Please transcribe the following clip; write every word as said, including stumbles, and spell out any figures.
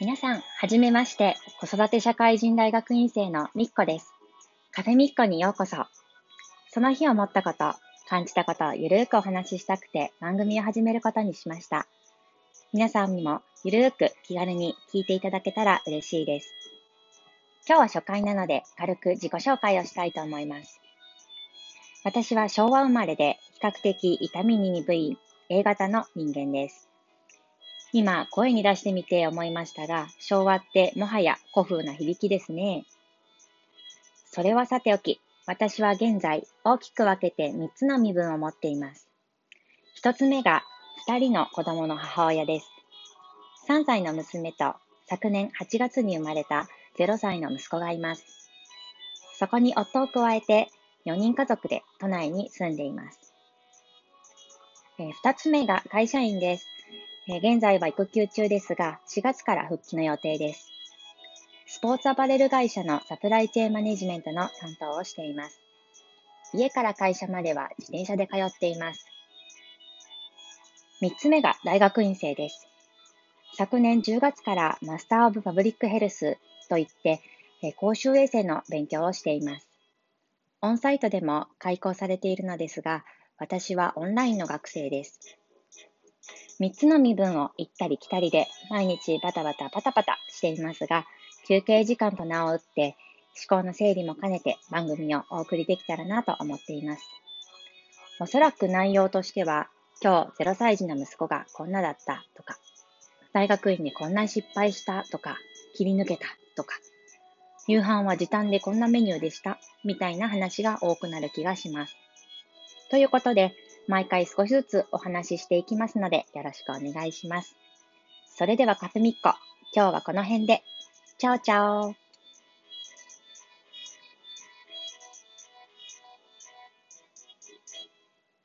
皆さん、はじめまして。子育て社会人大学院生のみっこです。カフェみっこにようこそ。その日思ったこと、感じたことをゆるーくお話ししたくて番組を始めることにしました。皆さんにもゆるーく気軽に聞いていただけたら嬉しいです。今日は初回なので軽く自己紹介をしたいと思います。私は昭和生まれで比較的痛みに鈍い A 型の人間です。今、声に出してみて思いましたが、昭和ってもはや古風な響きですね。それはさておき、私は現在大きく分けてみっつの身分を持っています。ひとつめがふたりの子供の母親です。さんさいの娘と昨年はちがつに生まれたぜろさいの息子がいます。そこに夫を加えてよにん家族で都内に住んでいます。えー、ふたつめが会社員です。えー現在は育休中ですが、しがつから復帰の予定です。スポーツアパレル会社のサプライチェーンマネジメントの担当をしています。家から会社までは自転車で通っています。みっつめが大学院生です。昨年じゅうがつからマスターオブパブリックヘルスといって、えー公衆衛生の勉強をしています。オンサイトでも開講されているのですが、私はオンラインの学生です。みっつの身分を行ったり来たりで毎日バタバタパタパタしていますが、休憩時間と名を打って思考の整理も兼ねて番組をお送りできたらなと思っています。おそらく内容としては、今日ぜろさい児の息子がこんなだったとか、大学院にこんな失敗したとか、切り抜けたとか、夕飯は時短でこんなメニューでしたみたいな話が多くなる気がします。ということで、毎回少しずつお話ししていきますので、よろしくお願いします。それではカフェみっこ、今日はこの辺で。チャオチャオ。